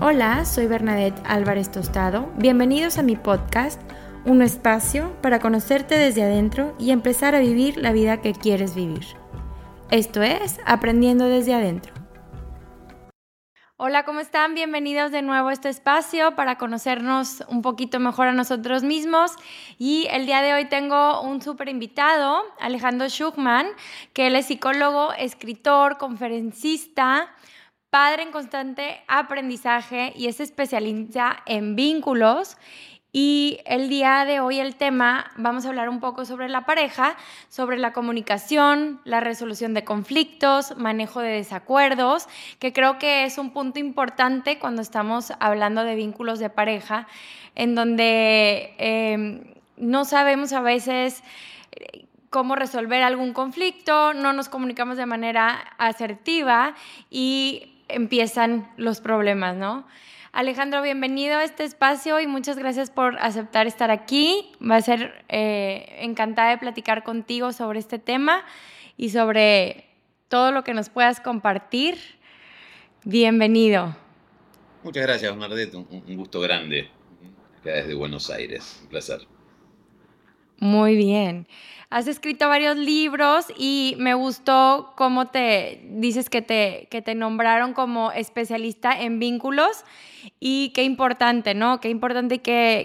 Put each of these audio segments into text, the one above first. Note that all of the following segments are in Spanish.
Hola, soy Bernadette Álvarez Tostado. Bienvenidos a mi podcast, un espacio para conocerte desde adentro y empezar a vivir la vida que quieres vivir. Esto es Aprendiendo desde Adentro. Hola, ¿cómo están? Bienvenidos de nuevo a este espacio para conocernos un poquito mejor a nosotros mismos. Y el día de hoy tengo un súper invitado, Alejandro Schuchman, que él es psicólogo, escritor, conferencista, padre en constante aprendizaje y es especialista en vínculos. Y el día de hoy el tema, vamos a hablar un poco sobre la pareja, sobre la comunicación, la resolución de conflictos, manejo de desacuerdos, que creo que es un punto importante cuando estamos hablando de vínculos de pareja, en donde no sabemos a veces cómo resolver algún conflicto, no nos comunicamos de manera asertiva y empiezan los problemas, ¿no? Alejandro, bienvenido a este espacio y muchas gracias por aceptar estar aquí. Va a ser encantada de platicar contigo sobre este tema y sobre todo lo que nos puedas compartir. Bienvenido. Muchas gracias, Bernadette. Un gusto grande. Acá desde Buenos Aires. Un placer. Muy bien. Has escrito varios libros y me gustó cómo te dices que te nombraron como especialista en vínculos y qué importante, ¿no? Qué importante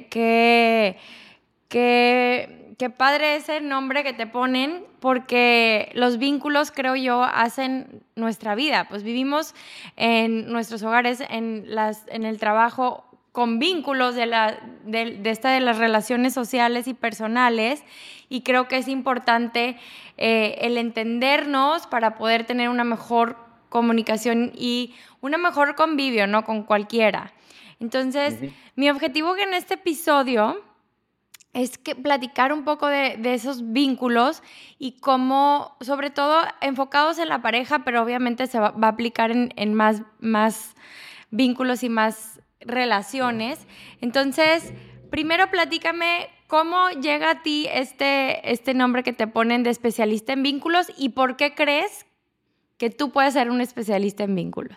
que padre ese nombre que te ponen porque los vínculos, creo yo, hacen nuestra vida. Pues vivimos en nuestros hogares, en el trabajo, con vínculos de las relaciones sociales y personales, y creo que es importante el entendernos para poder tener una mejor comunicación y una mejor convivio, ¿no? Con cualquiera. Entonces, mi objetivo en este episodio es que platicar un poco de esos vínculos y cómo, sobre todo enfocados en la pareja, pero obviamente se va a aplicar en más vínculos y más relaciones. Entonces, primero platícame cómo llega a ti este nombre que te ponen de especialista en vínculos y por qué crees que tú puedes ser un especialista en vínculos.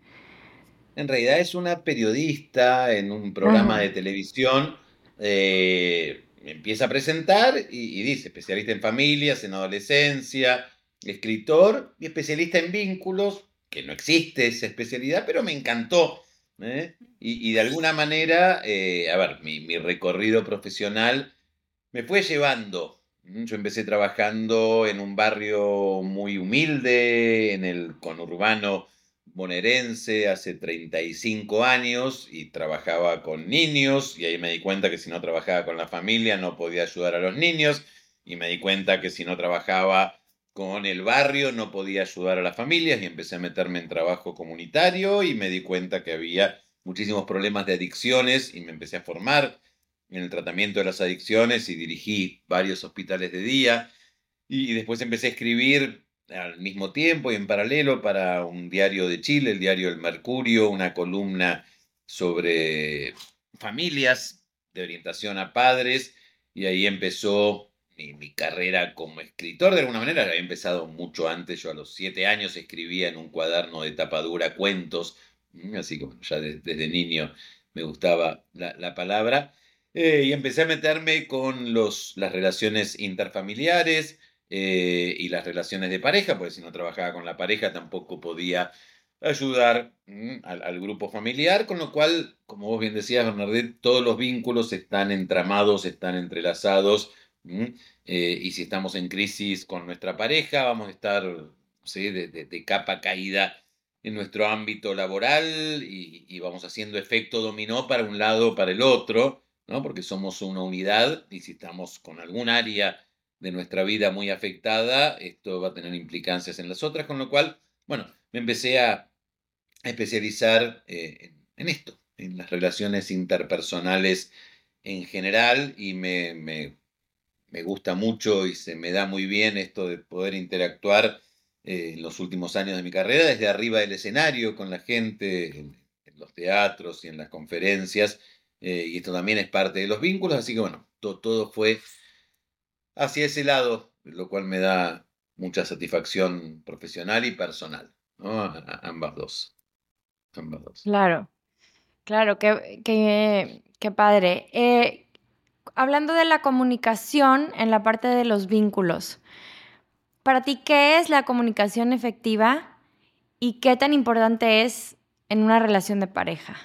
En realidad es una periodista en un programa Ajá. de televisión. Empieza a presentar y dice especialista en familias, en adolescencia, escritor y especialista en vínculos, que no existe esa especialidad, pero me encantó. Y de alguna manera, mi recorrido profesional me fue llevando. Yo empecé trabajando en un barrio muy humilde, en el conurbano bonaerense, hace 35 años, y trabajaba con niños, y ahí me di cuenta que si no trabajaba con la familia no podía ayudar a los niños, y me di cuenta que si no trabajaba con el barrio no podía ayudar a las familias, y empecé a meterme en trabajo comunitario, y me di cuenta que había muchísimos problemas de adicciones, y me empecé a formar en el tratamiento de las adicciones y dirigí varios hospitales de día. Y después empecé a escribir al mismo tiempo y en paralelo para un diario de Chile, el diario El Mercurio, una columna sobre familias de orientación a padres. Y ahí empezó mi carrera como escritor. De alguna manera había empezado mucho antes. Yo a los 7 años escribía en un cuaderno de tapadura cuentos. Así que bueno, ya desde niño me gustaba la palabra. Y empecé a meterme con las relaciones interfamiliares y las relaciones de pareja, porque si no trabajaba con la pareja tampoco podía ayudar al grupo familiar, con lo cual, como vos bien decías, Bernadette, todos los vínculos están entramados, están entrelazados, y si estamos en crisis con nuestra pareja, vamos a estar, ¿sí?, de capa caída en nuestro ámbito laboral y vamos haciendo efecto dominó para un lado o para el otro, ¿no? Porque somos una unidad y si estamos con algún área de nuestra vida muy afectada, esto va a tener implicancias en las otras, con lo cual, bueno, me empecé a especializar en esto, en las relaciones interpersonales en general y me gusta mucho y se me da muy bien esto de poder interactuar en los últimos años de mi carrera desde arriba del escenario con la gente, en los teatros y en las conferencias, y esto también es parte de los vínculos, así que bueno, todo fue hacia ese lado, lo cual me da mucha satisfacción profesional y personal, ¿no? Ambas dos, ambas dos. Claro. Claro, qué padre. Hablando de la comunicación en la parte de los vínculos, para ti, ¿qué es la comunicación efectiva y qué tan importante es en una relación de pareja?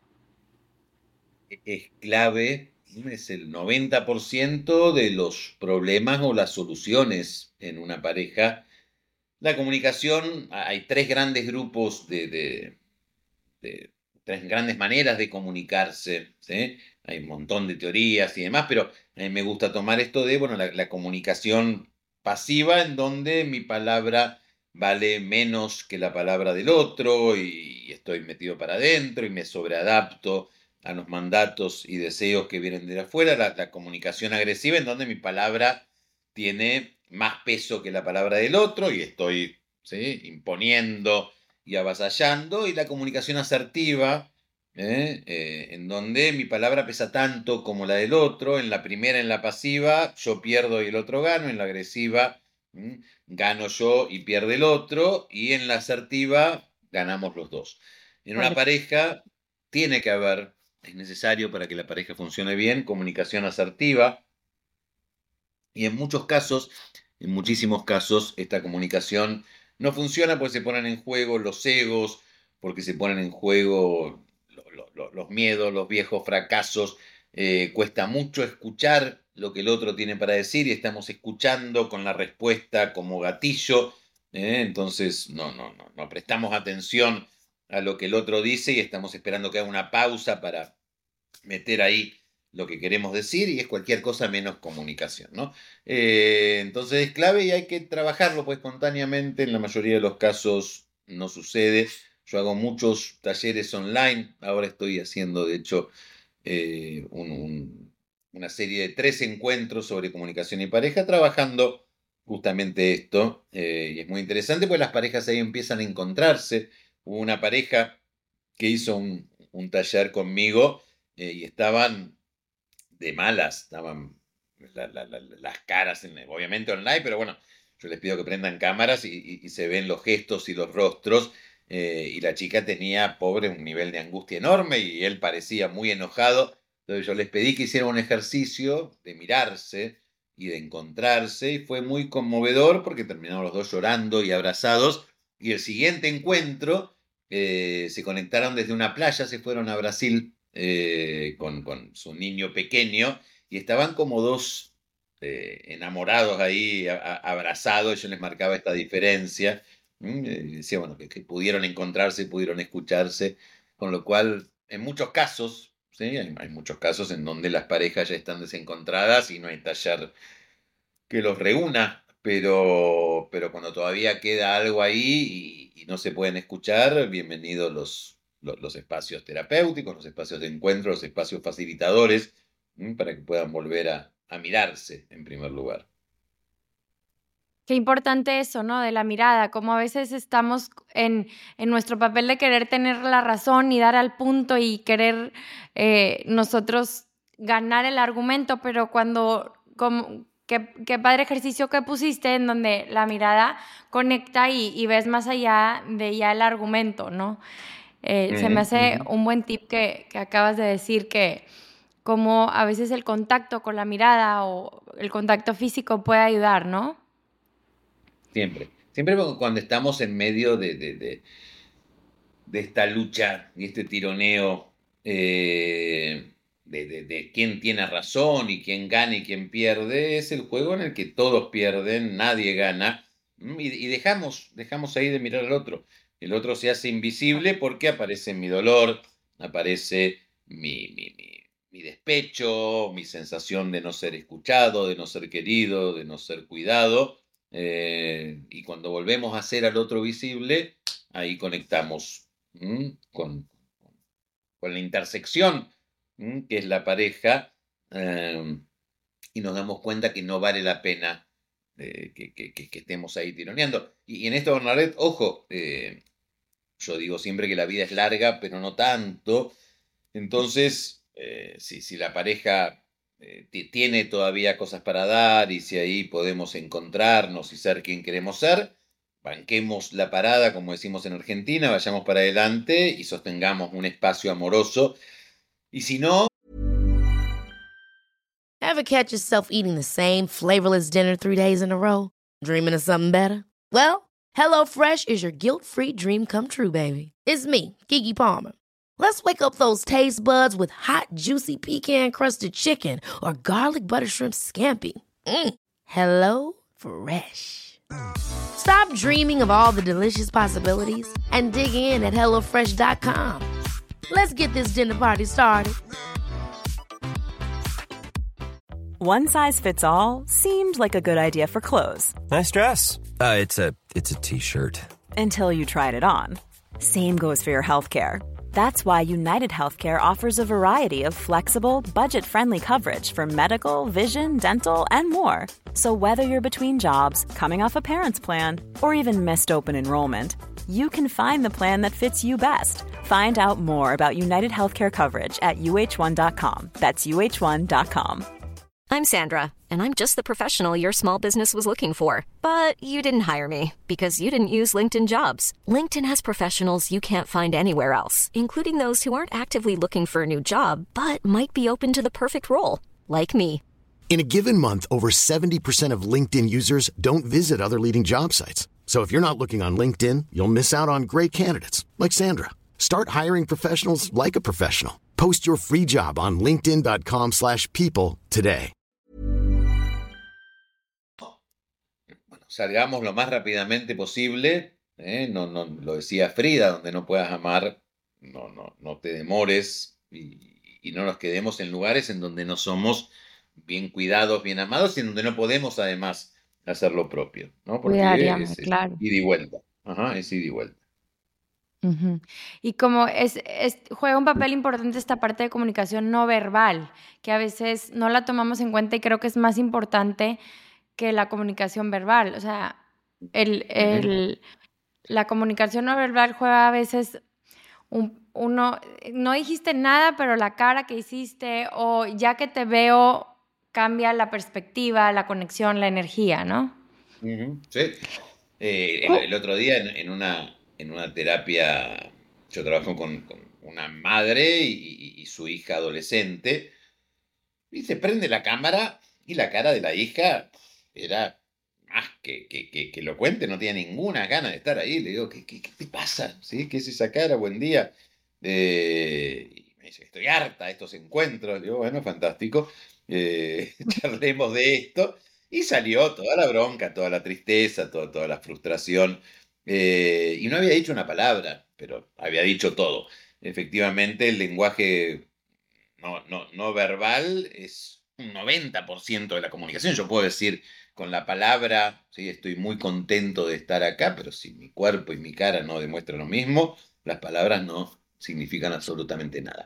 Es clave, es el 90% de los problemas o las soluciones en una pareja. La comunicación, hay tres grandes grupos de tres grandes maneras de comunicarse, ¿sí? Hay un montón de teorías y demás, pero a mí me gusta tomar esto de, bueno, la comunicación pasiva, en donde mi palabra vale menos que la palabra del otro y estoy metido para adentro y me sobreadapto a los mandatos y deseos que vienen de afuera. La comunicación agresiva, en donde mi palabra tiene más peso que la palabra del otro y estoy, ¿sí?, imponiendo y avasallando. Y la comunicación asertiva, en donde mi palabra pesa tanto como la del otro. En la primera, en la pasiva, yo pierdo y el otro gano. En la agresiva, gano yo y pierde el otro. Y en la asertiva, ganamos los dos. En una Correcto. pareja tiene que haber, es necesario para que la pareja funcione bien, comunicación asertiva. Y en muchos casos, en muchísimos casos, esta comunicación no funciona porque se ponen en juego los egos, porque se ponen en juego los miedos, los viejos fracasos. Cuesta mucho escuchar lo que el otro tiene para decir y estamos escuchando con la respuesta como gatillo. Entonces no prestamos atención a lo que el otro dice y estamos esperando que haga una pausa para meter ahí lo que queremos decir, y es cualquier cosa menos comunicación, ¿no? Entonces es clave y hay que trabajarlo pues espontáneamente. En la mayoría de los casos no sucede. Yo hago muchos talleres online. Ahora estoy haciendo, de hecho, una serie de 3 encuentros sobre comunicación y pareja, trabajando justamente esto. Y es muy interesante, pues las parejas ahí empiezan a encontrarse. Hubo una pareja que hizo un taller conmigo, y estaban de malas, estaban las caras, obviamente online, pero bueno, yo les pido que prendan cámaras y se ven los gestos y los rostros. Y la chica tenía, pobre, un nivel de angustia enorme y él parecía muy enojado. Entonces yo les pedí que hicieran un ejercicio de mirarse y de encontrarse, y fue muy conmovedor porque terminaron los dos llorando y abrazados. Y el siguiente encuentro, se conectaron desde una playa, se fueron a Brasil, con su niño pequeño, y estaban como dos, enamorados ahí, abrazados. Yo les marcaba esta diferencia. Decía, bueno, que pudieron encontrarse, pudieron escucharse, con lo cual, en muchos casos, ¿sí? Hay muchos casos en donde las parejas ya están desencontradas y no hay taller que los reúna, pero cuando todavía queda algo ahí y no se pueden escuchar, bienvenidos los espacios terapéuticos, los espacios de encuentro, los espacios facilitadores, para que puedan volver a mirarse en primer lugar. Qué importante eso, ¿no? De la mirada, como a veces estamos en nuestro papel de querer tener la razón y dar al punto y querer nosotros ganar el argumento, pero cuando, como, qué padre ejercicio que pusiste en donde la mirada conecta y ves más allá de ya el argumento, ¿no? Se me Ujú, hace ujú. un buen tip que acabas de decir, que como a veces el contacto con la mirada o el contacto físico puede ayudar, ¿no? Siempre. Siempre cuando estamos en medio de esta lucha y este tironeo, de quién tiene razón y quién gana y quién pierde. Es el juego en el que todos pierden, nadie gana, y dejamos ahí de mirar al otro. El otro se hace invisible porque aparece mi dolor, aparece mi despecho, mi sensación de no ser escuchado, de no ser querido, de no ser cuidado. Y cuando volvemos a hacer al otro visible, ahí conectamos, con la intersección, que es la pareja, eh, y nos damos cuenta que no vale la pena, que estemos ahí tironeando. Y en esto, Bernadette, ojo, yo digo siempre que la vida es larga, pero no tanto. Entonces, si la pareja, tiene todavía cosas para dar, y si ahí podemos encontrarnos y ser quien queremos ser, banquemos la parada, como decimos en Argentina, vayamos para adelante y sostengamos un espacio amoroso. Y si no, Ever catch yourself eating the same flavorless dinner 3 days in a row? Dreaming of something better? Well, HelloFresh is your guilt-free dream come true, baby. It's me, Keke Palmer. Let's wake up those taste buds with hot, juicy pecan-crusted chicken or garlic butter shrimp scampi. Hello Fresh. Stop dreaming of all the delicious possibilities and dig in at HelloFresh.com. Let's get this dinner party started. One size fits all seemed like a good idea for clothes. Nice dress. It's a t-shirt. Until you tried it on. Same goes for your healthcare. That's why United Healthcare offers a variety of flexible, budget-friendly coverage for medical, vision, dental, and more. So whether you're between jobs, coming off a parent's plan, or even missed open enrollment, you can find the plan that fits you best. Find out more about United Healthcare coverage at uh1.com. That's uh1.com. I'm Sandra, and I'm just the professional your small business was looking for. But you didn't hire me because you didn't use LinkedIn Jobs. LinkedIn has professionals you can't find anywhere else, including those who aren't actively looking for a new job, but might be open to the perfect role, like me. In a given month, over 70% of LinkedIn users don't visit other leading job sites. So if you're not looking on LinkedIn, you'll miss out on great candidates like Sandra. Start hiring professionals like a professional. Post your free job on linkedin.com/people today. bueno, salgamos lo más rápidamente posible. No, lo decía Frida, donde no puedas amar, no te demores y no nos quedemos en lugares en donde no somos bien cuidados, bien amados y en donde no podemos además hacer lo propio, ¿no? Porque Cuidaríamos, es claro. ida y vuelta. Ajá, es ida y vuelta. Ujú. Y como juega un papel importante esta parte de comunicación no verbal, que a veces no la tomamos en cuenta y creo que es más importante que la comunicación verbal. O sea, Ujú. la comunicación no verbal juega a veces no dijiste nada, pero la cara que hiciste o ya que te veo cambia la perspectiva, la conexión, la energía, ¿no? Ujú, sí. Cu- El otro día en una terapia, yo trabajo con una madre y su hija adolescente, y se prende la cámara y la cara de la hija era más que elocuente, no tenía ninguna gana de estar ahí. Le digo, ¿qué te pasa? ¿Sí? ¿Qué es esa cara? Buen día. Y me dice, estoy harta de estos encuentros. Digo, bueno, fantástico. Charlemos de esto. Y salió toda la bronca, toda la tristeza, toda la frustración. Y no había dicho una palabra, pero había dicho todo. Efectivamente, el lenguaje no verbal es un 90% de la comunicación. Yo puedo decir con la palabra, sí, estoy muy contento de estar acá, pero si mi cuerpo y mi cara no demuestran lo mismo, las palabras no significan absolutamente nada.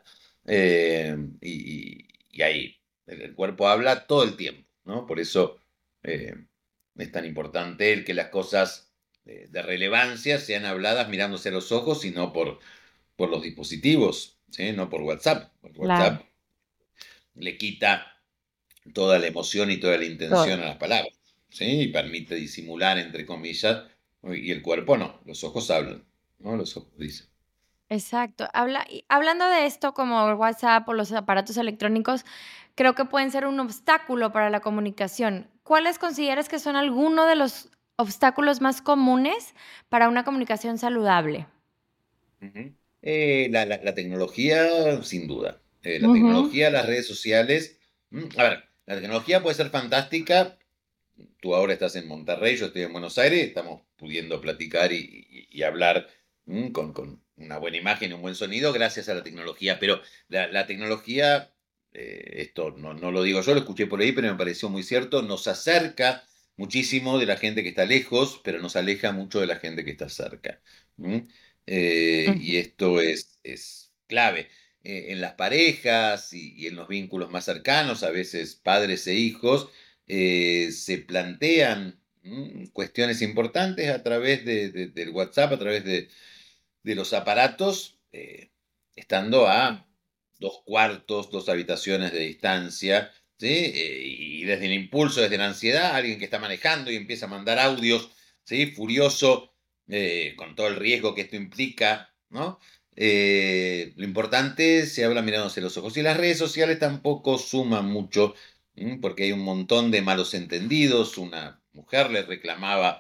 Y ahí, el cuerpo habla todo el tiempo, ¿no? Por eso eh, es tan importante el que las cosas de relevancia sean habladas mirándose a los ojos y no por los dispositivos, ¿sí? No por WhatsApp. Por Claro, WhatsApp le quita toda la emoción y toda la intención todo. a las palabras, ¿sí? Y permite disimular, entre comillas, y el cuerpo no, los ojos hablan, ¿no? Los ojos dicen. Exacto. Hablando de esto, como el WhatsApp o los aparatos electrónicos, creo que pueden ser un obstáculo para la comunicación. ¿Cuáles consideras que son algunos de los obstáculos más comunes para una comunicación saludable? Ujú. La tecnología, sin duda. La Ujú. tecnología, las redes sociales. A ver, la tecnología puede ser fantástica. Tú ahora estás en Monterrey, yo estoy en Buenos Aires, estamos pudiendo platicar y hablar con una buena imagen y un buen sonido gracias a la tecnología. Pero la tecnología, esto no lo digo yo, lo escuché por ahí, pero me pareció muy cierto, nos acerca muchísimo de la gente que está lejos, pero nos aleja mucho de la gente que está cerca. ¿Mm? Y Ujú. esto es clave. En las parejas y en los vínculos más cercanos, a veces padres e hijos, se plantean cuestiones importantes a través del WhatsApp, a través de los aparatos, estando a 2 cuartos, 2 habitaciones de distancia, ¿sí? Y desde el impulso, desde la ansiedad, alguien que está manejando y empieza a mandar audios ¿sí? Furioso, con todo el riesgo que esto implica, ¿no? Lo importante es se habla mirándose los ojos. Y las redes sociales tampoco suman mucho, porque hay un montón de malos entendidos. Una mujer le reclamaba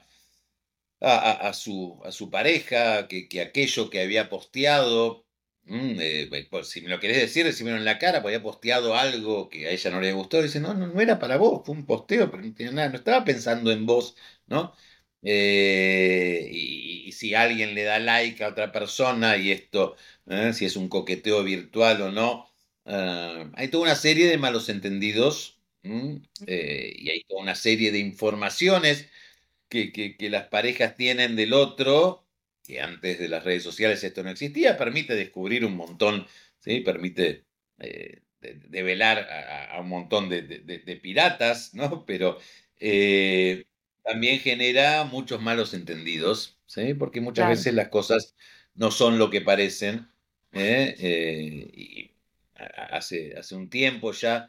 a su pareja que aquello que había posteado, pues, si me lo querés decir, decímelo en la cara, pues había posteado algo que a ella no le gustó. Dice, no, no, no era para vos, fue un posteo, pero no tiene nada, no estaba pensando en vos, ¿no? Y si alguien le da like a otra persona y esto, si es un coqueteo virtual o no, hay toda una serie de malos entendidos, y hay toda una serie de informaciones que las parejas tienen del otro, que antes de las redes sociales esto no existía, permite descubrir un montón, ¿sí? Permite develar a un montón de piratas, ¿no? Pero también genera muchos malos entendidos, ¿sí? Porque muchas Claro. veces las cosas no son lo que parecen, y hace un tiempo ya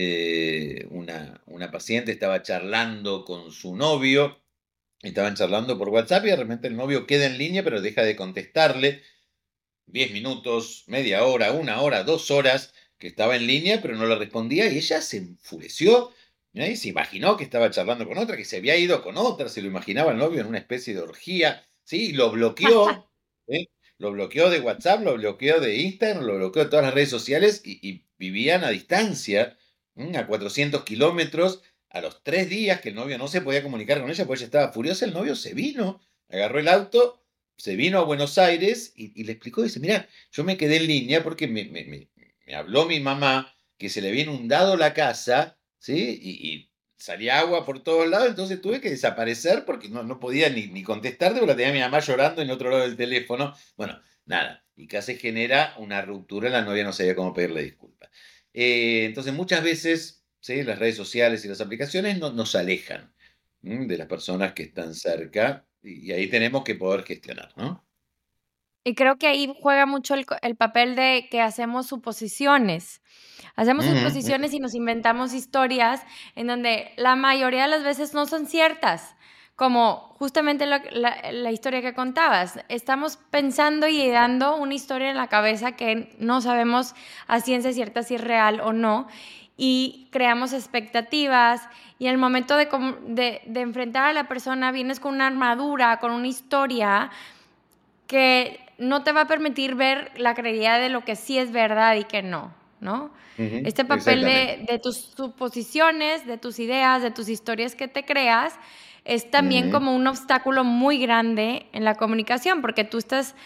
una paciente estaba charlando con su novio. Estaban charlando por WhatsApp y de repente el novio queda en línea, pero deja de contestarle. 10 minutos, media hora, 1 hora, 2 horas que estaba en línea, pero no le respondía y ella se enfureció. Y se imaginó que estaba charlando con otra, que se había ido con otra, se lo imaginaba el novio en una especie de orgía, ¿sí? Y lo bloqueó, ¿eh? Lo bloqueó de WhatsApp, lo bloqueó de Instagram, lo bloqueó de todas las redes sociales y vivían a distancia, a 400 kilómetros. A los 3 días que el novio no se podía comunicar con ella, porque ella estaba furiosa, el novio se vino, agarró el auto, se vino a Buenos Aires y le explicó, dice, mira, yo me quedé en línea porque me habló mi mamá que se le había inundado la casa, ¿sí? Y salía agua por todos lados, entonces tuve que desaparecer porque no podía ni contestarte porque la tenía mi mamá llorando en otro lado del teléfono. Bueno, nada, y casi genera una ruptura, la novia no sabía cómo pedirle disculpas. Entonces muchas veces, ¿sí? Las redes sociales y las aplicaciones nos alejan de las personas que están cerca y ahí tenemos que poder gestionar, ¿no? Y creo que ahí juega mucho el papel de que hacemos suposiciones. Hacemos Ujú, suposiciones y nos inventamos historias en donde la mayoría de las veces no son ciertas, como justamente la historia que contabas. Estamos pensando y dando una historia en la cabeza que no sabemos a ciencia cierta si es real o no, y creamos expectativas, y en el momento de enfrentar a la persona vienes con una armadura, con una historia que no te va a permitir ver la claridad de lo que sí es verdad y que no, ¿no? ujú, Este papel exactamente. de tus suposiciones, de tus ideas, de tus historias que te creas, es también Ujú, como un obstáculo muy grande en la comunicación, porque tú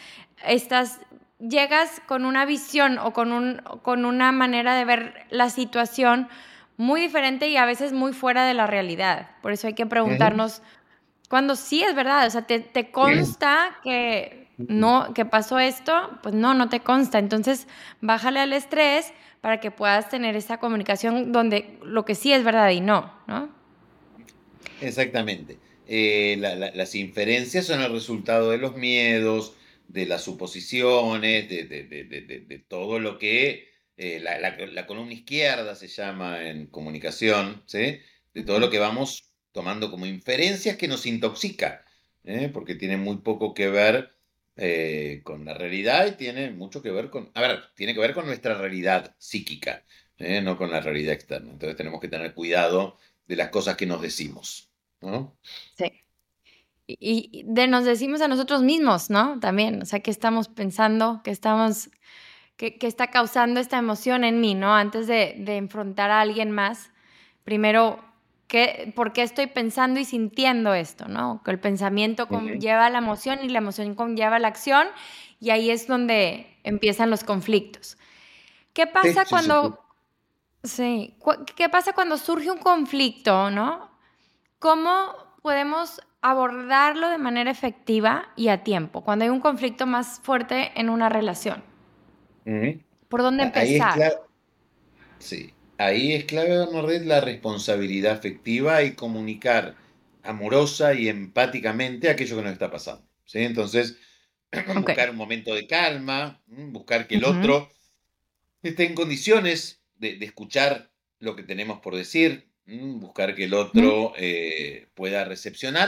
llegas con una visión o con una manera de ver la situación muy diferente y a veces muy fuera de la realidad. Por eso hay que ujú. preguntarnos cuando sí es verdad, o sea, te consta que Ujú. no, que pasó esto, pues no, no te consta. Entonces, bájale al estrés para que puedas tener esa comunicación donde lo que sí es verdad y no, ¿no? Exactamente. Las inferencias son el resultado de los miedos, de las suposiciones, de todo lo que la columna izquierda se llama en comunicación, ¿sí? De todo lo Ujú. que vamos tomando como inferencias que nos intoxica, porque tiene muy poco que ver con la realidad y tiene mucho que ver con, a ver, tiene que ver con nuestra realidad psíquica, no con la realidad externa. Entonces tenemos que tener cuidado de las cosas que nos decimos, ¿no? Sí. Y nos decimos a nosotros mismos, ¿no? También, o sea, qué estamos pensando, qué está causando esta emoción en mí, ¿no? Antes de enfrentar a alguien más, primero, ¿por qué estoy pensando y sintiendo esto, ¿no? Que el pensamiento Ujú. conlleva la emoción y la emoción conlleva la acción, y ahí es donde empiezan los conflictos. ¿Qué Sí, pasa sí, sí, sí. cuando, sí, qué pasa cuando surge un conflicto, ¿no? ¿Cómo podemos abordarlo de manera efectiva y a tiempo cuando hay un conflicto más fuerte en una relación? Ujú. ¿Por dónde Ahí es empezar? clave, sí, ahí es clave, Bernadette, la responsabilidad afectiva y comunicar amorosa y empáticamente aquello que nos está pasando, ¿sí? Entonces, Ok. buscar un momento de calma, buscar que el Ujú. otro esté en condiciones de escuchar lo que tenemos por decir, buscar que el Ujú. otro pueda recepcionar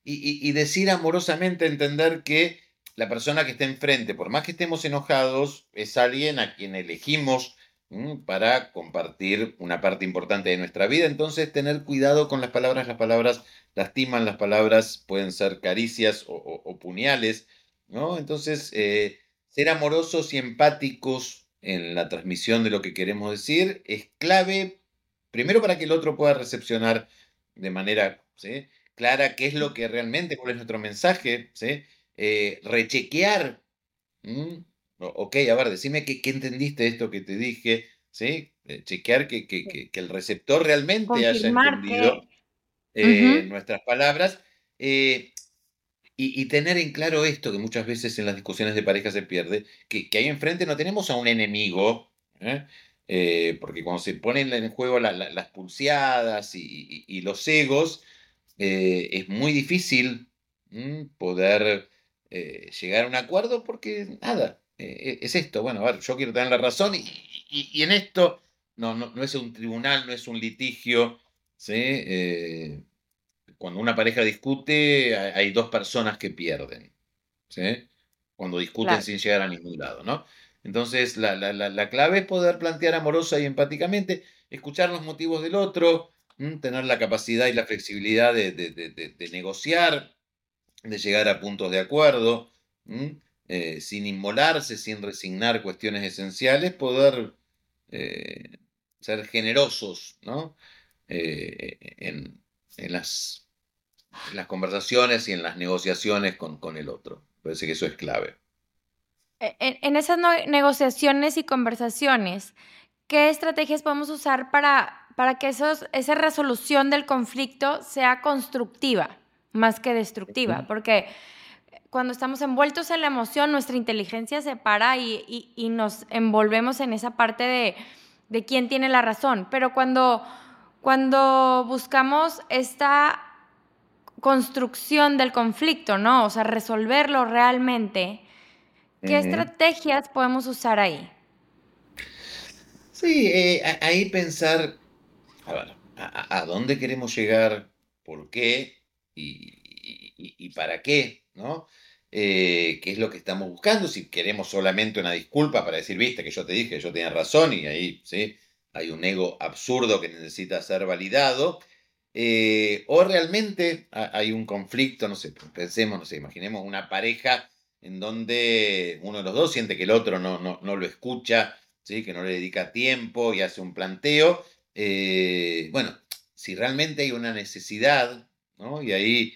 y decir amorosamente, entender que la persona que está enfrente, por más que estemos enojados, es alguien a quien elegimos para compartir una parte importante de nuestra vida. Entonces, tener cuidado con las palabras lastiman, las palabras pueden ser caricias o puñales, ¿no? Entonces, ser amorosos y empáticos en la transmisión de lo que queremos decir es clave, primero para que el otro pueda recepcionar de manera, ¿sí?, clara qué es lo que realmente, cuál es nuestro mensaje, ¿sí? Rechequear. Ok, a ver, decime qué entendiste de esto que te dije, ¿sí? Chequear que el receptor realmente haya Confirmar entendido que... Ujú. nuestras palabras, y tener en claro esto que muchas veces en las discusiones de pareja se pierde, que ahí enfrente no tenemos a un enemigo, ¿eh? Porque cuando se ponen en juego las pulseadas y los egos, es muy difícil poder llegar a un acuerdo porque nada, es esto, bueno, a ver, yo quiero tener la razón y en esto no es un tribunal, no es un litigio, ¿sí? Cuando una pareja discute, hay dos personas que pierden, ¿sí? Cuando discuten Claro. sin llegar a ningún lado, ¿no? Entonces, la clave es poder plantear amorosa y empáticamente, escuchar los motivos del otro, tener la capacidad y la flexibilidad de negociar, de llegar a puntos de acuerdo, sin inmolarse, sin resignar cuestiones esenciales, poder eh, ser generosos, ¿no? En, en las conversaciones y en las negociaciones con el otro. Parece que eso es clave. En esas negociaciones y conversaciones, ¿qué estrategias podemos usar para que esa resolución del conflicto sea constructiva más que destructiva? Porque cuando estamos envueltos en la emoción, nuestra inteligencia se para y nos envolvemos en esa parte de quién tiene la razón. Pero cuando buscamos esta construcción del conflicto, ¿no? O sea, resolverlo realmente, ¿qué Ujú. estrategias podemos usar ahí? Sí, ahí pensar, a ver, a dónde queremos llegar, por qué y para qué, ¿no? ¿Qué es lo que estamos buscando? Si queremos solamente una disculpa para decir, viste, que yo te dije, yo tenía razón, y ahí, ¿sí? Hay un ego absurdo que necesita ser validado. O realmente hay un conflicto, no sé, pensemos, no sé, imaginemos una pareja en donde uno de los dos siente que el otro no lo escucha, ¿sí? Que no le dedica tiempo y hace un planteo. Bueno, si realmente hay una necesidad, ¿no? Y ahí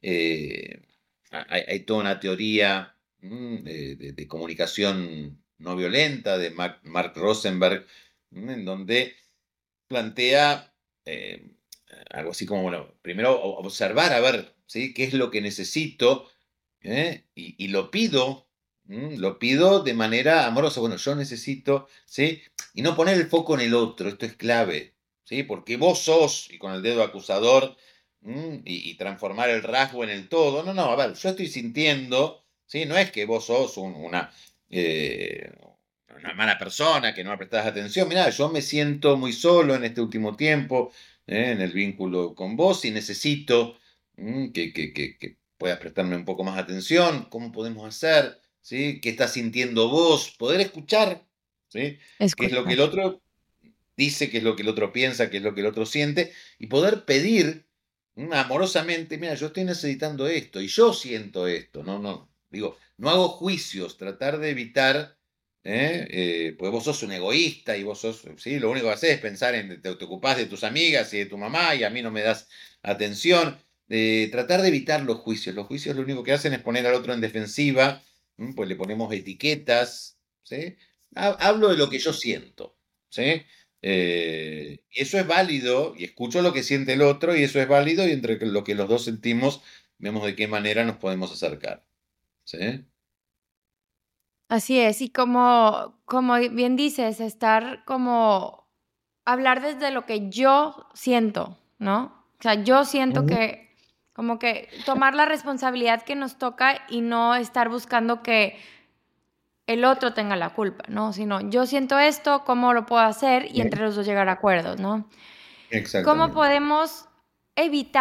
hay toda una teoría de comunicación no violenta de Mark Rosenberg, en donde plantea algo así como, bueno, primero observar, a ver, ¿sí? ¿Qué es lo que necesito? Y lo pido de manera amorosa. Bueno, yo necesito, ¿sí? Y no poner el foco en el otro, esto es clave, ¿sí? Porque vos sos, y con el dedo acusador, y transformar el rasgo en el todo. No, no, a ver, yo estoy sintiendo, ¿sí? No es que vos sos eh, una mala persona, que no me prestás atención. Mirá, yo me siento muy solo en este último tiempo, en el vínculo con vos, y necesito que puedas prestarme un poco más atención. ¿Cómo podemos hacer? ¿Sí? ¿Qué estás sintiendo vos? Poder escuchar, ¿sí? ¿Qué es lo que Escuchar. el otro dice, qué es lo que el otro piensa, qué es lo que el otro siente? Y poder pedir amorosamente, mira, yo estoy necesitando esto y yo siento esto. No, digo, no hago juicios, tratar de evitar, pues vos sos un egoísta y vos sos, ¿sí? Lo único que haces es pensar en, te ocupás de tus amigas y de tu mamá y a mí no me das atención. Tratar de evitar los juicios. Los juicios lo único que hacen es poner al otro en defensiva, pues le ponemos etiquetas, ¿sí? Hablo de lo que yo siento, ¿sí? Eso es válido y escucho lo que siente el otro y eso es válido y entre lo que los dos sentimos vemos de qué manera nos podemos acercar, ¿sí? Así es, y como bien dices, estar como hablar desde lo que yo siento, ¿no? O sea, yo siento Ujú. que como que tomar la responsabilidad que nos toca y no estar buscando que el otro tenga la culpa, ¿no? Sino yo siento esto, ¿cómo lo puedo hacer? Y Sí, entre los dos llegar a acuerdos, ¿no? ¿Cómo exactamente. podemos evitar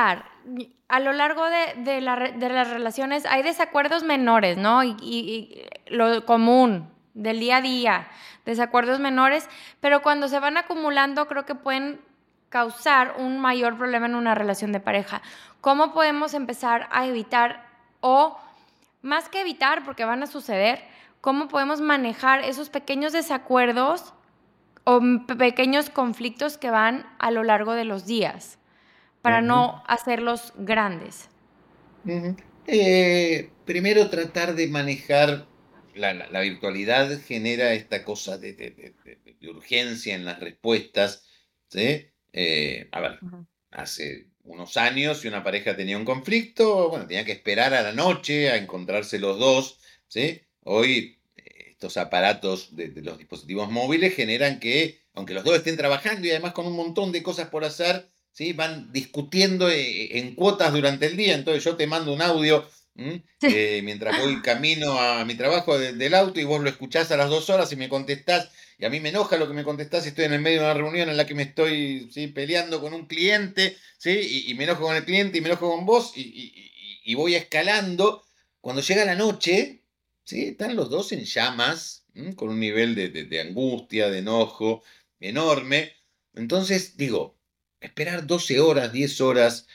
a lo largo de las relaciones hay desacuerdos menores, ¿no? Y lo común del día a día, desacuerdos menores, pero cuando se van acumulando creo que pueden causar un mayor problema en una relación de pareja. ¿Cómo podemos empezar a evitar, o más que evitar, porque van a suceder, cómo podemos manejar esos pequeños desacuerdos o pequeños conflictos que van a lo largo de los días para no hacerlos grandes? Ujú. Primero tratar de manejar la virtualidad genera esta cosa de urgencia en las respuestas, ¿sí? A ver, hace unos años, si una pareja tenía un conflicto, bueno, tenía que esperar a la noche a encontrarse los dos, ¿sí? Hoy, estos aparatos de los dispositivos móviles generan que, aunque los dos estén trabajando y además con un montón de cosas por hacer, ¿sí? Van discutiendo en cuotas durante el día. Entonces yo te mando un audio mientras voy camino a mi trabajo del auto y vos lo escuchás a las 2 horas y me contestás. Y a mí me enoja lo que me contestás si estoy en el medio de una reunión en la que me estoy, ¿sí? peleando con un cliente, ¿sí? Y me enojo con el cliente y me enojo con vos y voy escalando. Cuando llega la noche, ¿sí? Están los dos en llamas, con un nivel de angustia, de enojo enorme. Entonces, digo, esperar 12 horas, 10 horas,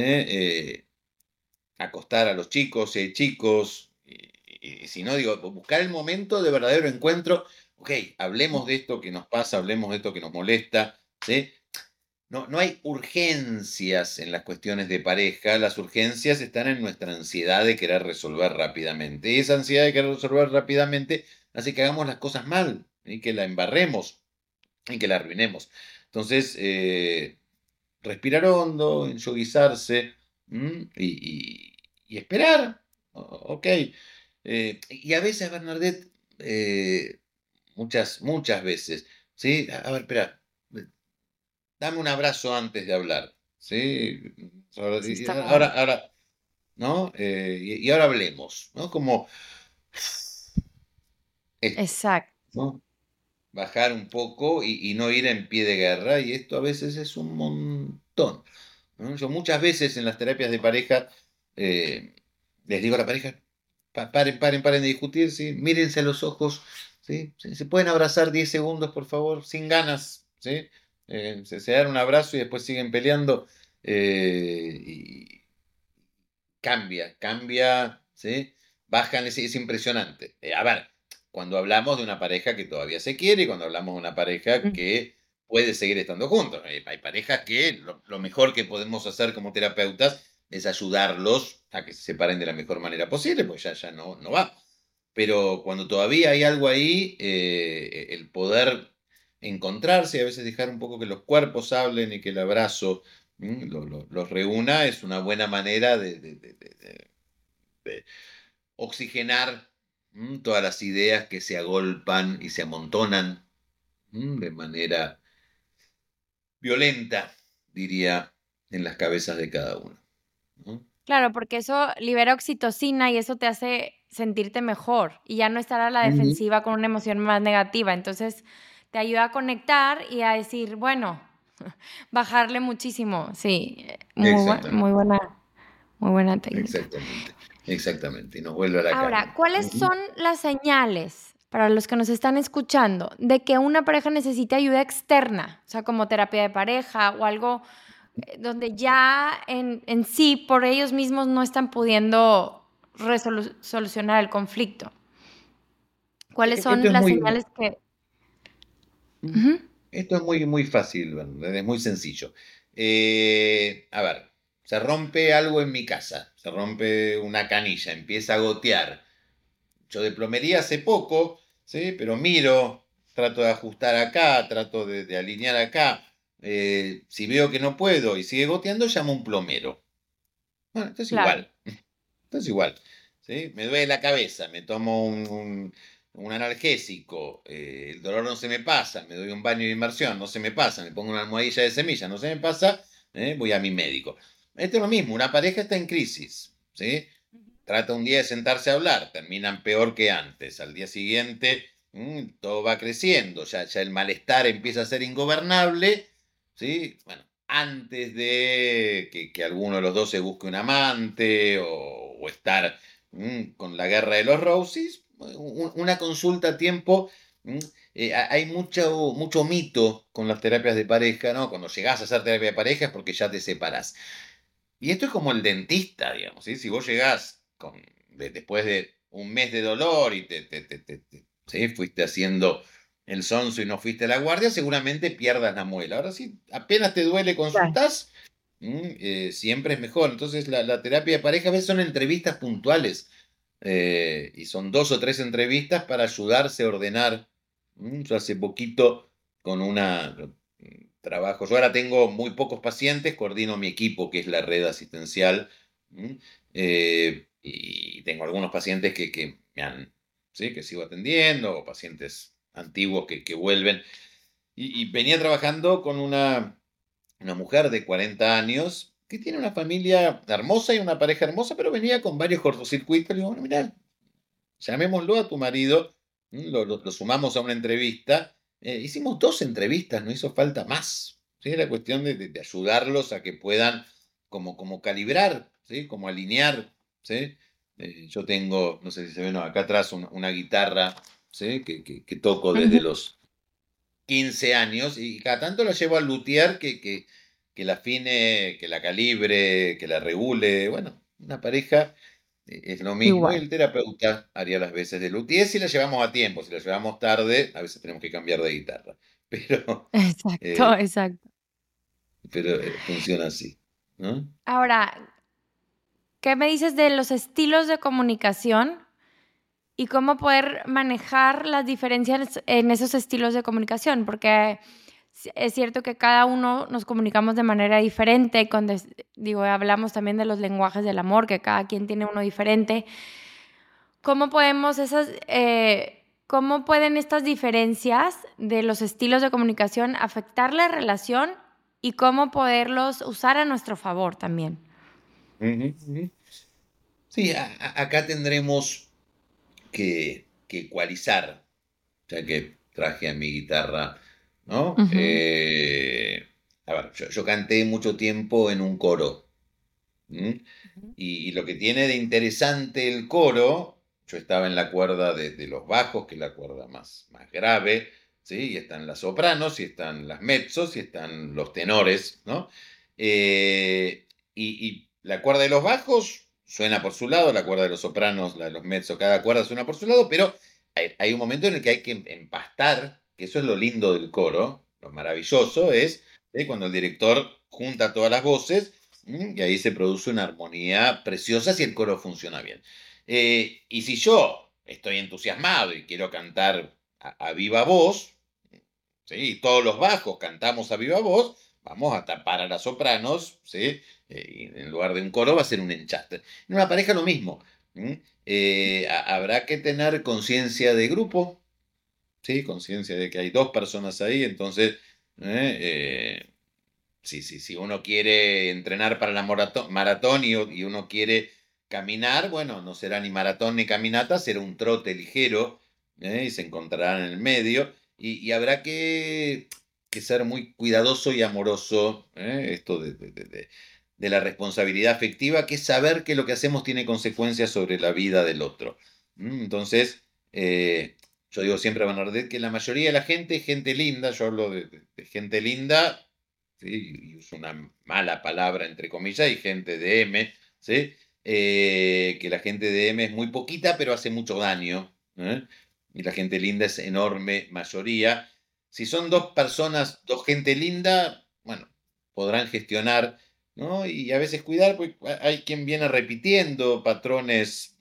acostar a los chicos, si hay chicos, y si no, digo, buscar el momento de verdadero encuentro. Ok, hablemos de esto que nos pasa, hablemos de esto que nos molesta, ¿sí? No hay urgencias en las cuestiones de pareja, las urgencias están en nuestra ansiedad de querer resolver rápidamente. Y esa ansiedad de querer resolver rápidamente hace que hagamos las cosas mal, y que la embarremos, y que la arruinemos. Entonces, respirar hondo, enyoguizarse, y esperar. Ok. Y a veces, Bernadette, muchas veces, ¿sí? A ver, espera, dame un abrazo antes de hablar, ¿sí? Ahora, Sí, está ahora, padre. ¿no? Y ahora hablemos, ¿no? Como esto, Exacto. ¿no? Bajar un poco y no ir en pie de guerra, y esto a veces es un montón, ¿no? Yo muchas veces en las terapias de pareja eh, les digo a la pareja, paren de discutir, ¿sí? Mírense a los ojos, ¿sí? Se pueden abrazar 10 segundos, por favor, sin ganas, ¿sí? Se dan un abrazo y después siguen peleando, y cambia, ¿sí? Bajan, es impresionante. A ver, cuando hablamos de una pareja que todavía se quiere y cuando hablamos de una pareja que puede seguir estando juntos. Hay parejas que lo mejor que podemos hacer como terapeutas es ayudarlos a que se separen de la mejor manera posible, pues ya no va. Pero cuando todavía hay algo ahí, el poder encontrarse y a veces dejar un poco que los cuerpos hablen y que el abrazo los reúna es una buena manera de oxigenar todas las ideas que se agolpan y se amontonan de manera violenta, diría, en las cabezas de cada uno, ¿no? Claro, porque eso libera oxitocina y eso te hace sentirte mejor y ya no estar a la Ujú. defensiva con una emoción más negativa. Entonces, te ayuda a conectar y a decir, bueno, bajarle muchísimo. Sí, Exactamente, muy buena técnica. exactamente. Y nos vuelve a la Ahora, calma. ¿cuáles Ujú. son las señales para los que nos están escuchando de que una pareja necesita ayuda externa? O sea, como terapia de pareja o algo donde ya en sí, por ellos mismos, no están pudiendo solucionar el conflicto. ¿Cuáles Esto son es las muy, señales que... Mm. Ujú. Esto es muy fácil, ¿verdad? Es muy sencillo. A ver, se rompe algo en mi casa, se rompe una canilla, empieza a gotear. Yo de plomería hace poco, ¿sí? Pero miro, trato de ajustar acá, trato de alinear acá. Si veo que no puedo y sigue goteando, llamo a un plomero. Bueno, esto es Claro, igual. Esto es igual, ¿sí? Me duele la cabeza, me tomo un analgésico, el dolor no se me pasa, me doy un baño de inmersión, no se me pasa, me pongo una almohadilla de semilla, no se me pasa, voy a mi médico. Esto es lo mismo, una pareja está en crisis, ¿sí? Trata un día de sentarse a hablar, terminan peor que antes. Al día siguiente, todo va creciendo, ya el malestar empieza a ser ingobernable, ¿sí? Bueno, antes de que alguno de los dos se busque un amante o estar con la guerra de los Roses, una consulta a tiempo. Hay mucho mito con las terapias de pareja, ¿no? Cuando llegás a hacer terapia de pareja es porque ya te separás. Y esto es como el dentista, digamos, ¿sí? Si vos llegás después de un mes de dolor y ¿sí? Fuiste haciendo el sonso y no fuiste a la guardia, seguramente pierdas la muela. Ahora sí, apenas te duele, Claro. consultás, siempre es mejor. Entonces, la terapia de pareja a veces son entrevistas puntuales, y son 2 o 3 entrevistas para ayudarse a ordenar. Yo hace poquito con trabajo, yo ahora tengo muy pocos pacientes, coordino mi equipo, que es la red asistencial, y tengo algunos pacientes que ¿sí? Que sigo atendiendo, o pacientes antiguos que vuelven. Y venía trabajando con una mujer de 40 años que tiene una familia hermosa y una pareja hermosa, pero venía con varios cortocircuitos. Le digo, bueno, mira, llamémoslo a tu marido, lo sumamos a una entrevista. Hicimos 2 entrevistas, no hizo falta más. ¿Sí? Era cuestión de ayudarlos a que puedan como calibrar, ¿sí? Como alinear. ¿Sí? Yo tengo, no sé si se ven acá atrás, una guitarra, ¿sí? Que toco desde Ujú. los 15 años y cada tanto la llevo al luthier que la afine, que la calibre, que la regule. Bueno, una pareja es lo mismo y Igual. el terapeuta haría las veces de luthier si la llevamos a tiempo. Si la llevamos tarde, a veces tenemos que cambiar de guitarra. Pero, Exacto, eh, exacto. pero funciona así, ¿no? Ahora, ¿qué me dices de los estilos de comunicación y cómo poder manejar las diferencias en esos estilos de comunicación? Porque es cierto que cada uno nos comunicamos de manera diferente, digo, hablamos también de los lenguajes del amor, que cada quien tiene uno diferente. ¿Cómo podemos cómo pueden estas diferencias de los estilos de comunicación afectar la relación y cómo poderlos usar a nuestro favor también? Ujú, ujú. Sí, acá tendremos que ecualizar, ya que traje a mi guitarra, ¿no? Ujú. A ver, yo canté mucho tiempo en un coro. ¿M? Ujú. Y lo que tiene de interesante el coro, yo estaba en la cuerda de los bajos, que es la cuerda más grave, ¿sí? Y están las sopranos, y están las mezzos, y están los tenores, ¿no? Y la cuerda de los bajos suena por su lado, la cuerda de los sopranos, la de los mezzos, cada cuerda suena por su lado, pero hay un momento en el que hay que empastar, que eso es lo lindo del coro, lo maravilloso es cuando el director junta todas las voces. Y ahí se produce una armonía preciosa si el coro funciona bien. Y si yo estoy entusiasmado y quiero cantar a viva voz, ¿sí? Y todos los bajos cantamos a viva voz, vamos a tapar a las sopranos, ¿sí? Y en lugar de un coro va a ser un enchastre. En una pareja lo mismo. Habrá que tener conciencia de grupo, ¿sí? Conciencia de que hay 2 personas ahí, entonces si uno quiere entrenar para la maratón y uno quiere caminar, bueno, no será ni maratón ni caminata, será un trote ligero, y se encontrarán en el medio. Y habrá que ser muy cuidadoso y amoroso, esto de la responsabilidad afectiva, que es saber que lo que hacemos tiene consecuencias sobre la vida del otro. Entonces, yo digo siempre a Bernadette que la mayoría de la gente es gente linda, yo hablo de gente linda, ¿sí? Y uso una mala palabra entre comillas, y gente de M, ¿sí? Que la gente de M es muy poquita, pero hace mucho daño, ¿eh? Y la gente linda es enorme mayoría. Si son 2 personas, 2 gente linda, bueno, podrán gestionar, ¿no? Y a veces cuidar, porque hay quien viene repitiendo patrones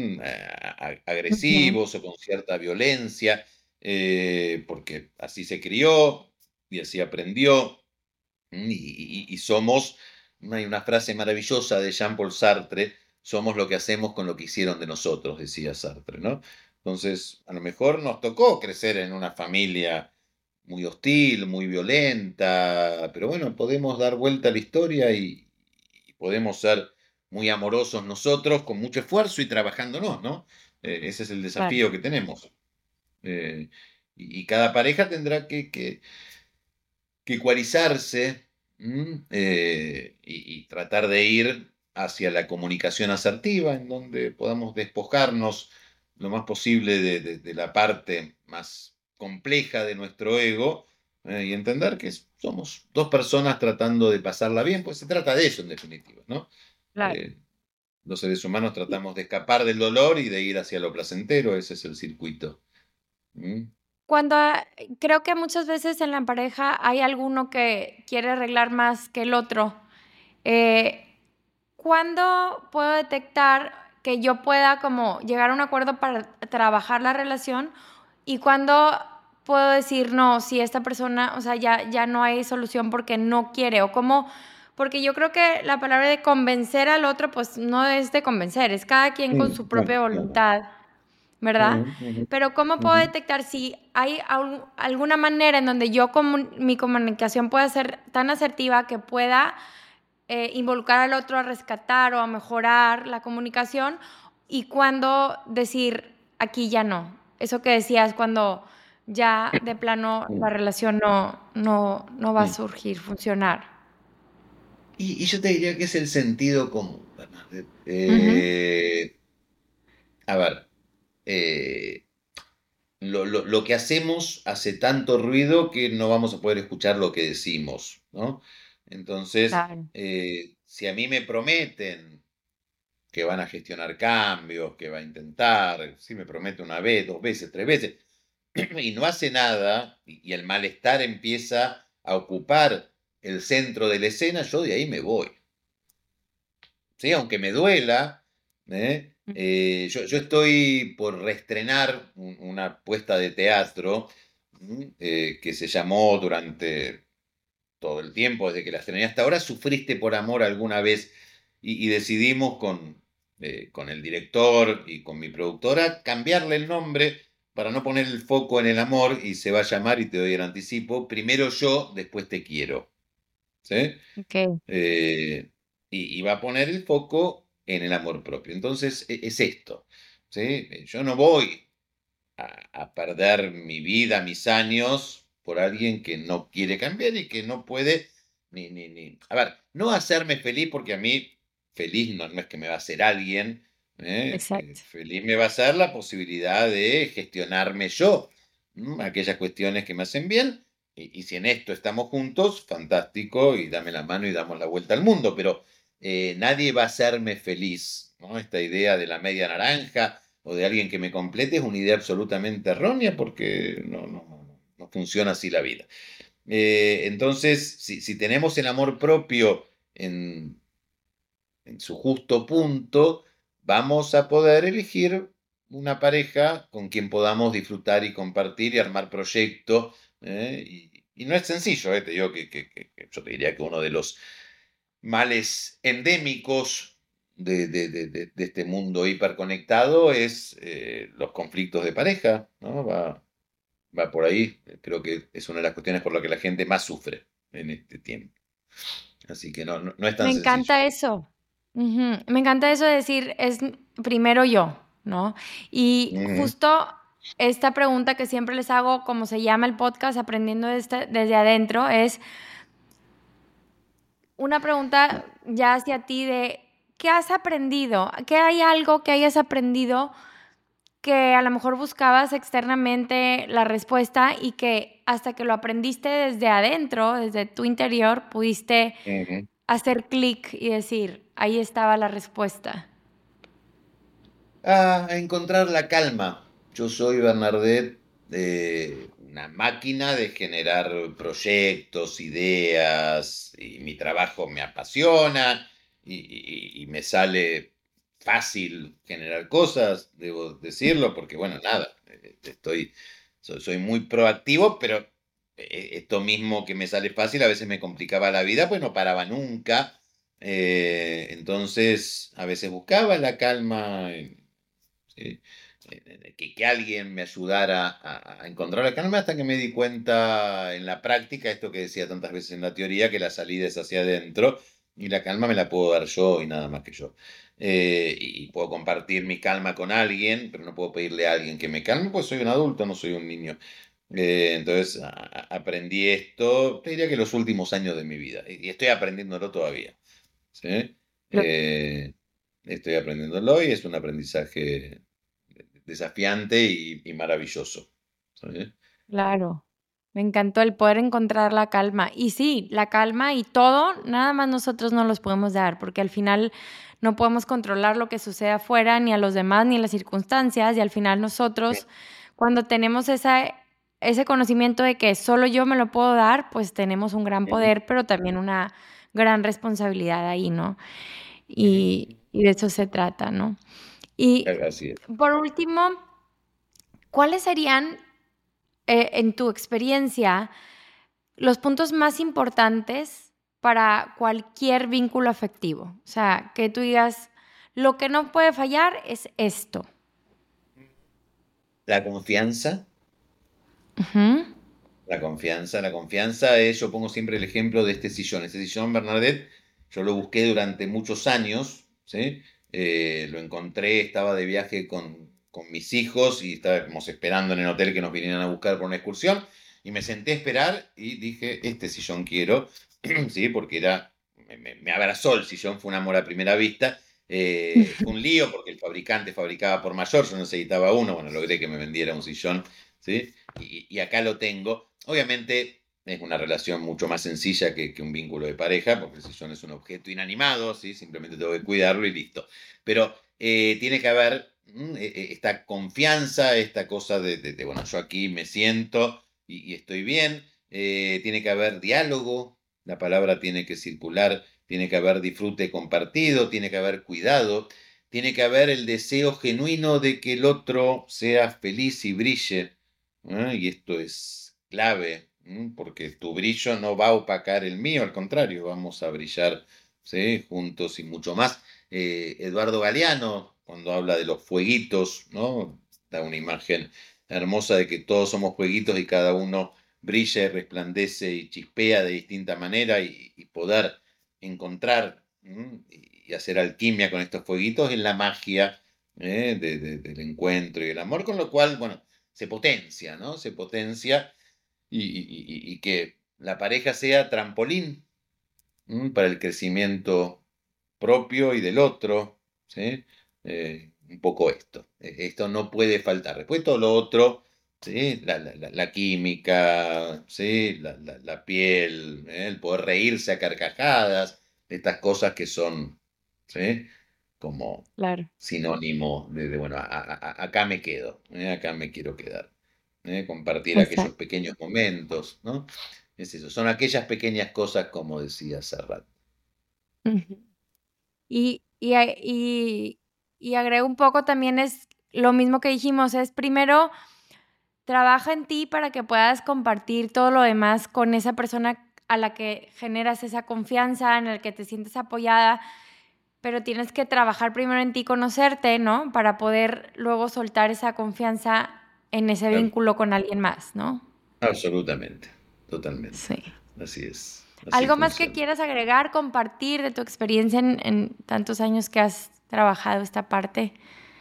Ujú. agresivos o con cierta violencia, porque así se crió y así aprendió. Y somos, hay una frase maravillosa de Jean-Paul Sartre, somos lo que hacemos con lo que hicieron de nosotros, decía Sartre, ¿no? Entonces, a lo mejor nos tocó crecer en una familia muy hostil, muy violenta, pero bueno, podemos dar vuelta a la historia y podemos ser muy amorosos nosotros, con mucho esfuerzo y trabajándonos, ¿no? Ese es el Claro. desafío que tenemos. Y cada pareja tendrá que ecualizarse, y tratar de ir hacia la comunicación asertiva, en donde podamos despojarnos lo más posible de la parte más compleja de nuestro ego, y entender que somos dos personas tratando de pasarla bien, pues se trata de eso en definitiva, ¿no? Claro. Los seres humanos tratamos de escapar del dolor y de ir hacia lo placentero, ese es el circuito. ¿Mm? Cuando creo que muchas veces en la pareja hay alguno que quiere arreglar más que el otro. Eh, ¿Cuándo puedo detectar que yo pueda como llegar a un acuerdo para trabajar la relación? ¿Y cuándo puedo decir, no, si esta persona, o sea, ya no hay solución porque no quiere? O cómo, porque yo creo que la palabra de convencer al otro, pues no es de convencer, es cada quien con su propia Claro, claro. voluntad, ¿verdad? Ujú, ujú, Pero ¿cómo puedo ujú. detectar si hay alguna manera en donde mi comunicación pueda ser tan asertiva que pueda involucrar al otro a rescatar o a mejorar la comunicación, y cuándo decir, aquí ya no? Eso que decías, cuando ya de plano la relación no va a Sí. surgir, funcionar. Y yo te diría que es el sentido común, Bernadette. Ujú. A ver, eh, lo que hacemos hace tanto ruido que no vamos a poder escuchar lo que decimos, ¿no? Entonces, Claro. si a mí me prometen que van a gestionar cambios, que va a intentar, si me promete una vez, dos veces, tres veces, y no hace nada, y el malestar empieza a ocupar el centro de la escena, yo de ahí me voy. ¿Sí? Aunque me duela, ¿eh? Yo estoy por reestrenar una puesta de teatro, que se llamó durante todo el tiempo, desde que la estrené hasta ahora, Sufriste por amor alguna vez, y decidimos con el director y con mi productora cambiarle el nombre para no poner el foco en el amor, y se va a llamar, y te doy el anticipo, Primero yo, después te quiero. ¿Sí? Ok. Eh, y va a poner el foco en el amor propio. Entonces, es esto. ¿Sí? Yo no voy a perder mi vida, mis años, por alguien que no quiere cambiar y que no puede ni. A ver, no hacerme feliz, porque a mí feliz no es que me va a hacer alguien. Exacto. Feliz me va a hacer la posibilidad de gestionarme yo, aquellas cuestiones que me hacen bien. Y si en esto estamos juntos, fantástico, y dame la mano y damos la vuelta al mundo, pero nadie va a hacerme feliz, ¿no? Esta idea de la media naranja o de alguien que me complete es una idea absolutamente errónea, porque no funciona así la vida. Entonces, si tenemos el amor propio en su justo punto, vamos a poder elegir una pareja con quien podamos disfrutar y compartir y armar proyectos. Y no es sencillo, te digo que yo te diría que uno de los males endémicos de este mundo hiperconectado es los conflictos de pareja, ¿no? Va por ahí. Creo que es una de las cuestiones por las que la gente más sufre en este tiempo. Así que no es Me tan sencillo. encanta eso. Ujú. Me encanta eso de decir, es primero yo, ¿no? Y Ujú. justo esta pregunta que siempre les hago, como se llama el podcast, Aprendiendo desde adentro, es una pregunta ya hacia ti de, ¿qué has aprendido? ¿Qué hay algo que hayas aprendido que a lo mejor buscabas externamente la respuesta y que hasta que lo aprendiste desde adentro, desde tu interior, pudiste Ujú. hacer clic y decir, ahí estaba la respuesta? A encontrar la calma. Yo soy, Bernadette, una máquina de generar proyectos, ideas, y mi trabajo me apasiona, y me sale fácil generar cosas, debo decirlo, porque bueno, nada, soy muy proactivo, pero esto mismo que me sale fácil a veces me complicaba la vida, pues no paraba nunca. Entonces, a veces buscaba la calma, ¿sí? Que alguien me ayudara a encontrar la calma, hasta que me di cuenta en la práctica, esto que decía tantas veces en la teoría, que la salida es hacia adentro, y la calma me la puedo dar yo y nada más que yo. Y puedo compartir mi calma con alguien, pero no puedo pedirle a alguien que me calme, pues soy un adulto, no soy un niño. Entonces aprendí esto, te diría que los últimos años de mi vida, y estoy aprendiéndolo todavía. ¿Sí? Estoy aprendiéndolo y es un aprendizaje desafiante y maravilloso. ¿Sí? Claro, me encantó el poder encontrar la calma. Y sí, la calma y todo, nada más nosotros no los podemos dar, porque al final no podemos controlar lo que sucede afuera, ni a los demás, ni las circunstancias, y al final nosotros, cuando tenemos ese conocimiento de que solo yo me lo puedo dar, pues tenemos un gran Ujú, poder, pero también una gran responsabilidad ahí, ¿no? ujú. Y de eso se trata, ¿no? Y Así es. por último, ¿cuáles serían en tu experiencia, los puntos más importantes para cualquier vínculo afectivo? O sea, que tú digas, lo que no puede fallar es esto. La confianza, Ujú. la confianza es, yo pongo siempre el ejemplo de este sillón Bernadette, yo lo busqué durante muchos años, ¿sí? Lo encontré, estaba de viaje con mis hijos y estábamos esperando en el hotel que nos vinieran a buscar por una excursión y me senté a esperar y dije, este sillón quiero, ¿sí? Porque me abrazó el sillón, fue un amor a primera vista. Fue un lío porque el fabricante fabricaba por mayor, yo necesitaba uno, bueno, logré que me vendiera un sillón, ¿sí? Y acá lo tengo. Obviamente es una relación mucho más sencilla que un vínculo de pareja, porque el sillón es un objeto inanimado, ¿sí? Simplemente tengo que cuidarlo y listo. Pero tiene que haber esta confianza, esta cosa bueno, yo aquí me siento y estoy bien. Tiene que haber diálogo, la palabra tiene que circular, tiene que haber disfrute compartido, tiene que haber cuidado, tiene que haber el deseo genuino de que el otro sea feliz y brille. Y esto es clave, porque tu brillo no va a opacar el mío, al contrario, vamos a brillar, ¿sí? Juntos y mucho más. Eduardo Galeano, cuando habla de los fueguitos, ¿no? Da una imagen hermosa de que todos somos fueguitos y cada uno brilla y resplandece y chispea de distinta manera y poder encontrar y hacer alquimia con estos fueguitos es la magia del encuentro y el amor, con lo cual, bueno, se potencia, ¿no? Se potencia y que la pareja sea trampolín para el crecimiento propio y del otro, ¿sí? Un poco esto. Esto no puede faltar. Después todo lo otro, ¿sí? La química, ¿sí? La piel, el poder reírse a carcajadas, estas cosas que son, ¿sí? Como Claro, sinónimo bueno, acá me quedo, acá me quiero quedar. Compartir aquellos exacto. pequeños momentos, ¿no? Es eso, son aquellas pequeñas cosas como decía Serrat. Ujú. Y agrego un poco también es lo mismo que dijimos, es primero trabaja en ti para que puedas compartir todo lo demás con esa persona a la que generas esa confianza, en el que te sientes apoyada, pero tienes que trabajar primero en ti, conocerte, ¿no? Para poder luego soltar esa confianza en ese Claro. vínculo con alguien más, ¿no? Absolutamente, totalmente. Sí. Así es, así ¿Algo más que funciona. quieras agregar, compartir de tu experiencia en tantos años que has trabajado esta parte?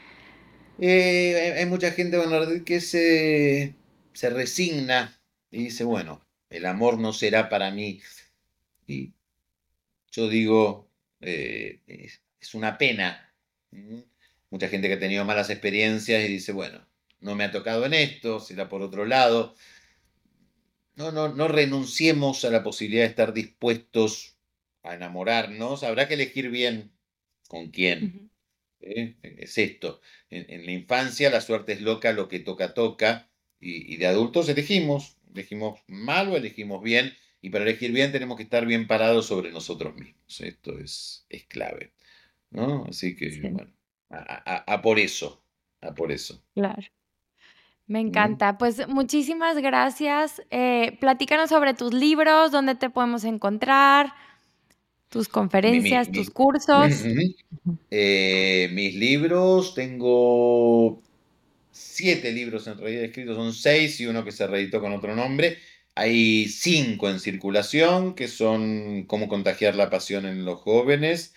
Hay mucha gente, Bernardette, que se resigna y dice, bueno, el amor no será para mí. Y yo digo, es una pena. ¿Mm? Mucha gente que ha tenido malas experiencias y dice, bueno, no me ha tocado en esto, será por otro lado. No renunciemos a la posibilidad de estar dispuestos a enamorarnos. Habrá que elegir bien con quién. Ujú. Es esto. En la infancia la suerte es loca, lo que toca, toca. Y de adultos elegimos. Elegimos mal o elegimos bien. Y para elegir bien tenemos que estar bien parados sobre nosotros mismos. Esto es clave, ¿no? Así que, Sí, bueno, a por eso. A por eso. claro. Me ¿Mm? encanta. Pues muchísimas gracias. Platícanos sobre tus libros, dónde te podemos encontrar, tus Mi- mi- conferencias, tus mi- cursos. Ujú. Mis libros, tengo 7 libros en realidad escritos, son 6 y uno que se reeditó con otro nombre. Hay 5 en circulación, que son Cómo contagiar la pasión en los jóvenes,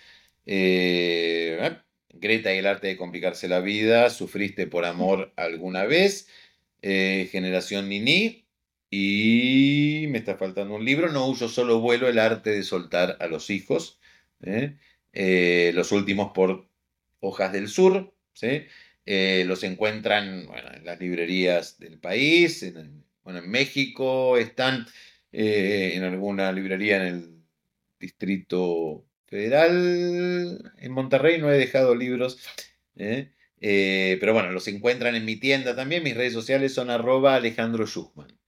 Greta y el arte de complicarse la vida, ¿Sufriste por amor alguna vez? Generación Nini, y me está faltando un libro, No huyo, solo vuelo, el arte de soltar a los hijos. Los últimos por Hojas del Sur, ¿sí? Los encuentran, bueno, en las librerías del país, en México están, en alguna librería en el Distrito Federal. En Monterrey no he dejado libros, pero bueno, los encuentran en mi tienda también. Mis redes sociales son @Alejandro Schuchman,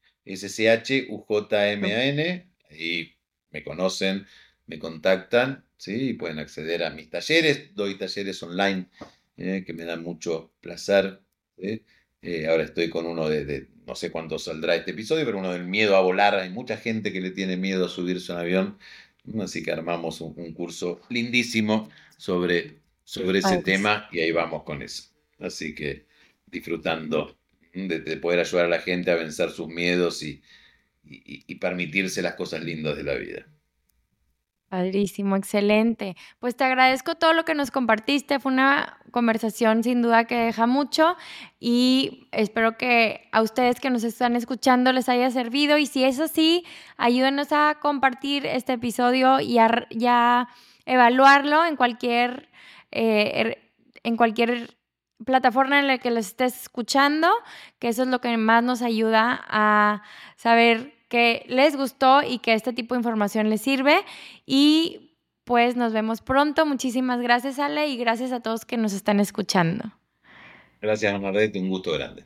SCHUJMAN. Ahí me conocen, me contactan, ¿sí? Y pueden acceder a mis talleres. Doy talleres online, que me dan mucho placer, ¿sí? Ahora estoy con uno de no sé cuánto saldrá este episodio, pero uno del miedo a volar. Hay mucha gente que le tiene miedo a subirse a un avión, así que armamos un curso lindísimo sobre ese tema, y ahí vamos con eso. Así que disfrutando de poder ayudar a la gente a vencer sus miedos y permitirse las cosas lindas de la vida. Padrísimo, excelente. Pues te agradezco todo lo que nos compartiste. Fue una conversación sin duda que deja mucho y espero que a ustedes que nos están escuchando les haya servido, y si es así, ayúdenos a compartir este episodio y a evaluarlo en cualquier plataforma en la que los estés escuchando, que eso es lo que más nos ayuda a saber que les gustó y que este tipo de información les sirve. Y pues nos vemos pronto. Muchísimas gracias, Ale, y gracias a todos que nos están escuchando. Gracias, Bernadette, un gusto grande.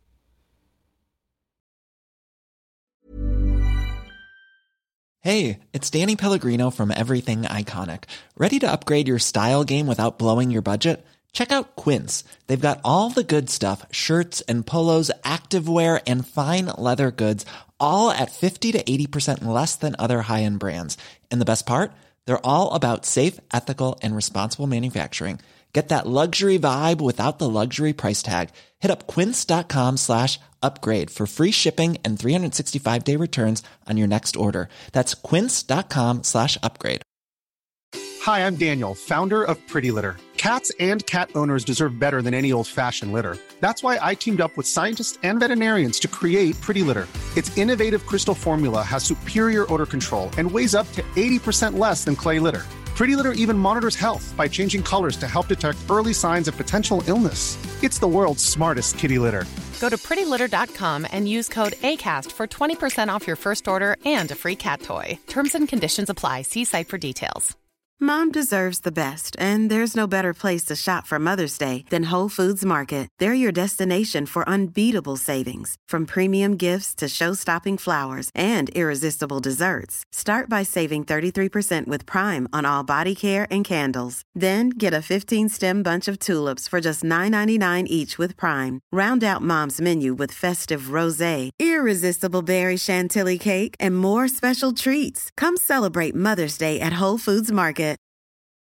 Hey, it's Danny Pellegrino from Everything Iconic. Ready to upgrade your style game without blowing your budget? Check out Quince. They've got all the good stuff, shirts and polos, activewear, and fine leather goods, all at 50 to 80% less than other high-end brands. And the best part? They're all about safe, ethical, and responsible manufacturing. Get that luxury vibe without the luxury price tag. Hit up quince.com/upgrade for free shipping and 365-day returns on your next order. That's quince.com/upgrade. Hi, I'm Daniel, founder of Pretty Litter. Cats and cat owners deserve better than any old-fashioned litter. That's why I teamed up with scientists and veterinarians to create Pretty Litter. Its innovative crystal formula has superior odor control and weighs up to 80% less than clay litter. Pretty Litter even monitors health by changing colors to help detect early signs of potential illness. It's the world's smartest kitty litter. Go to prettylitter.com and use code ACAST for 20% off your first order and a free cat toy. Terms and conditions apply. See site for details. Mom deserves the best, and there's no better place to shop for Mother's Day than Whole Foods Market. They're your destination for unbeatable savings, from premium gifts to show-stopping flowers and irresistible desserts. Start by saving 33% with Prime on all body care and candles. Then get a 15-stem bunch of tulips for just $9.99 each with Prime. Round out Mom's menu with festive rosé, irresistible berry chantilly cake, and more special treats. Come celebrate Mother's Day at Whole Foods Market.